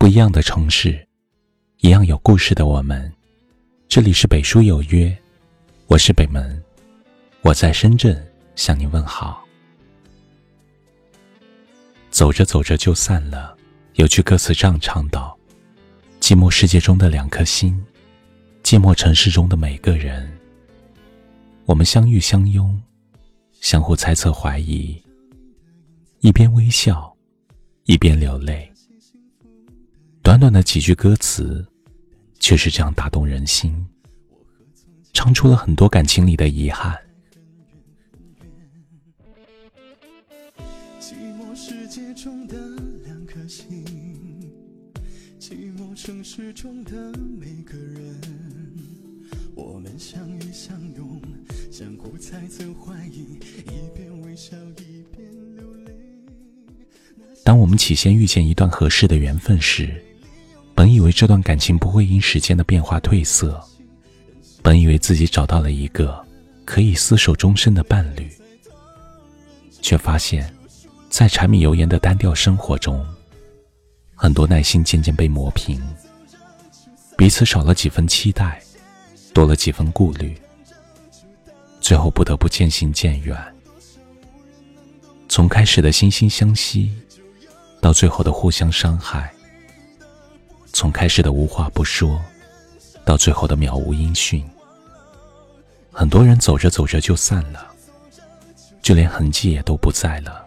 不一样的城市，一样有故事的我们。这里是北书有约，我是北门，我在深圳向你问好。走着走着就散了，有句歌词这样唱道：寂寞世界中的两颗心，寂寞城市中的每个人，我们相遇相拥，相互猜测怀疑，一边微笑一边流泪。短短的几句歌词却是这样打动人心，唱出了很多感情里的遗憾。 寂寞世界中的两颗心，寂寞城市中的每个人，我们相遇相拥，相互猜测怀疑，一边微笑一边流泪。 当我们起先遇见一段合适的缘分时，本以为这段感情不会因时间的变化褪色，本以为自己找到了一个可以厮守终身的伴侣，却发现在柴米油盐的单调生活中，很多耐心渐渐被磨平，彼此少了几分期待，多了几分顾虑，最后不得不渐行渐远。从开始的惺惺相惜，到最后的互相伤害，从开始的无话不说，到最后的渺无音讯。很多人走着走着就散了，就连痕迹也都不在了。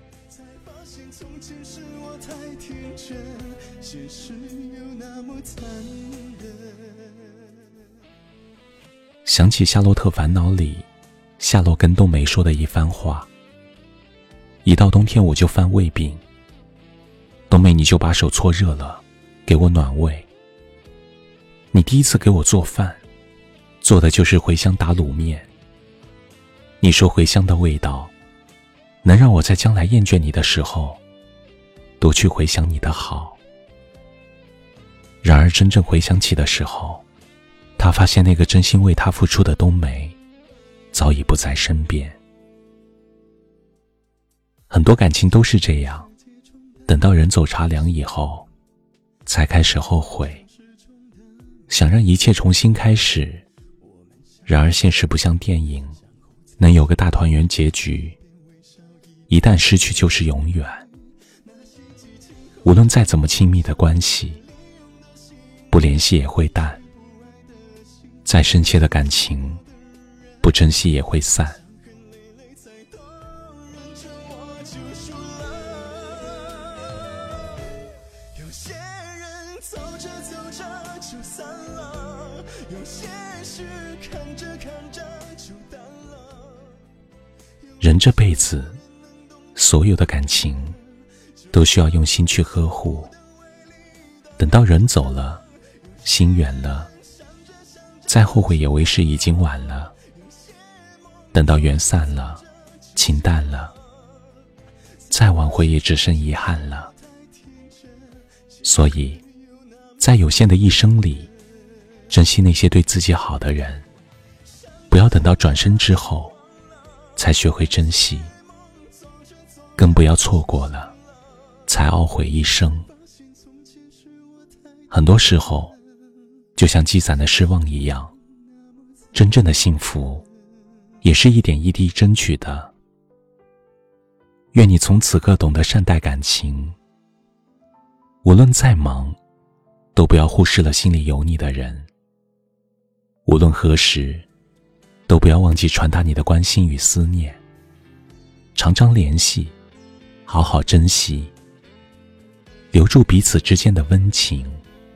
想起《夏洛特烦恼》里夏洛跟冬梅说的一番话：一到冬天我就犯胃病，冬梅你就把手搓热了给我暖胃。你第一次给我做饭，做的就是茴香打卤面。你说茴香的味道能让我在将来厌倦你的时候多去回想你的好。然而真正回想起的时候，他发现那个真心为他付出的冬梅早已不在身边。很多感情都是这样，等到人走茶凉以后才开始后悔，想让一切重新开始。然而现实不像电影能有个大团圆结局，一旦失去就是永远。无论再怎么亲密的关系，不联系也会淡，再深切的感情，不珍惜也会散。 有些人走着走着就散了，有些事看着看着就淡了。 人这辈子所有的感情都需要用心去呵护，等到人走了，心远了，再后悔也为时已经晚了。等到缘散了，情淡了，再挽回也只剩遗憾了。所以在有限的一生里，珍惜那些对自己好的人，不要等到转身之后才学会珍惜，更不要错过了才懊悔一生。很多时候就像积攒的失望一样，真正的幸福也是一点一滴争取的。愿你从此刻懂得善待感情，无论再忙都不要忽视了心里有你的人，无论何时都不要忘记传达你的关心与思念，常常联系，好好珍惜，留住彼此之间的温情。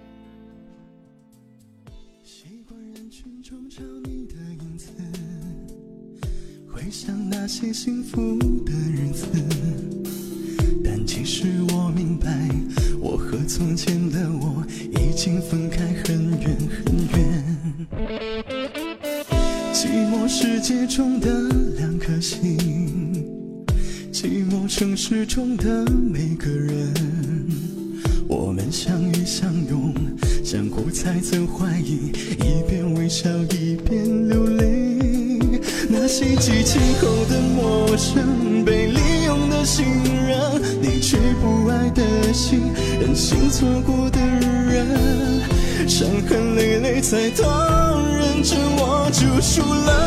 习惯人群中找你的影子，回想那些幸福的日子，但其实我明白，我和从前的我已经分开很远很远。寂寞世界中的两颗心，寂寞城市中的每个人，我们相遇相拥，相互猜测怀疑，一边微笑一边流泪。那些激情后的陌生，被利用的信任， 离去不爱的心，任性错过的人，伤痕累累才懂，认真我就输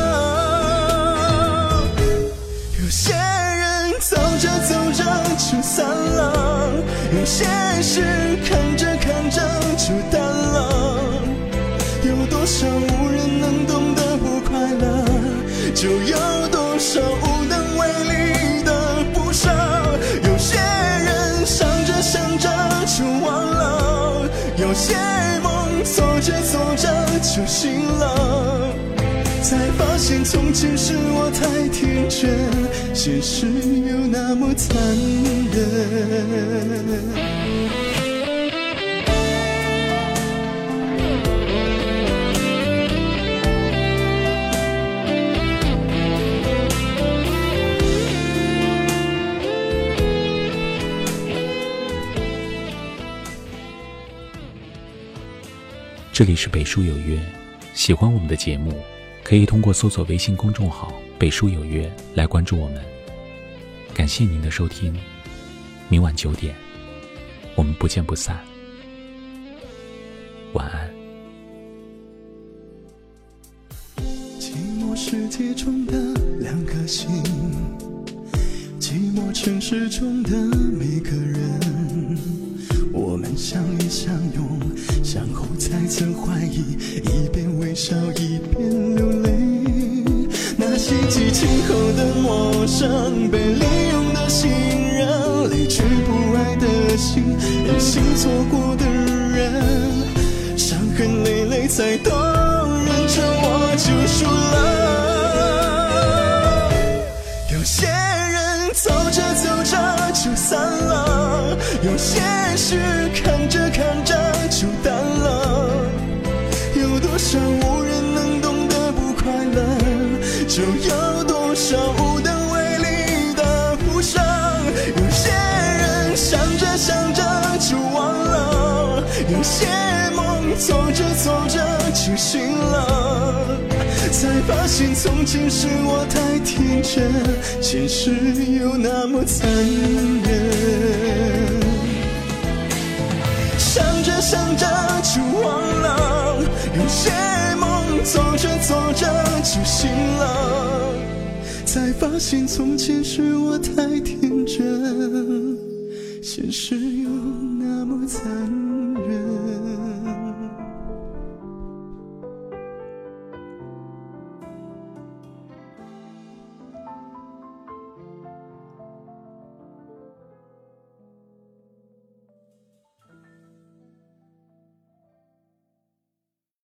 了。有些人走着走着就散了，有些事看着看着就淡了，有多少无人能懂得不快乐，就有多少无能为力的不舍。有些人想着想着就忘了，有些梦做着做着就醒了，才发现从前是我太天真，现实又那么残忍。 这里是北书有约，喜欢我们的节目，可以通过搜索微信公众号北书有约来关注我们。感谢您的收听，明晚9点，我们不见不散。晚安。 寂寞世界中的2颗心，寂寞城市中的每个人，我们相依相拥，相互猜测怀疑，一边微笑一边流泪。那些激情后的陌生，被利用的信任，离去不爱的心，任性错过的人，伤痕累累才懂，认真我就输了。有些人走着走着就散了，有些事看着看着就淡了，有多少无人能懂得不快乐，就有多少无能为力的不舍。有些人想着想着就忘了，有些梦做着做着就醒了，才发现从前是我太天真，现实又那么残忍。想着想着就忘了，有些梦做着做着就醒了，才发现从前是我太天真，现实又那么残忍。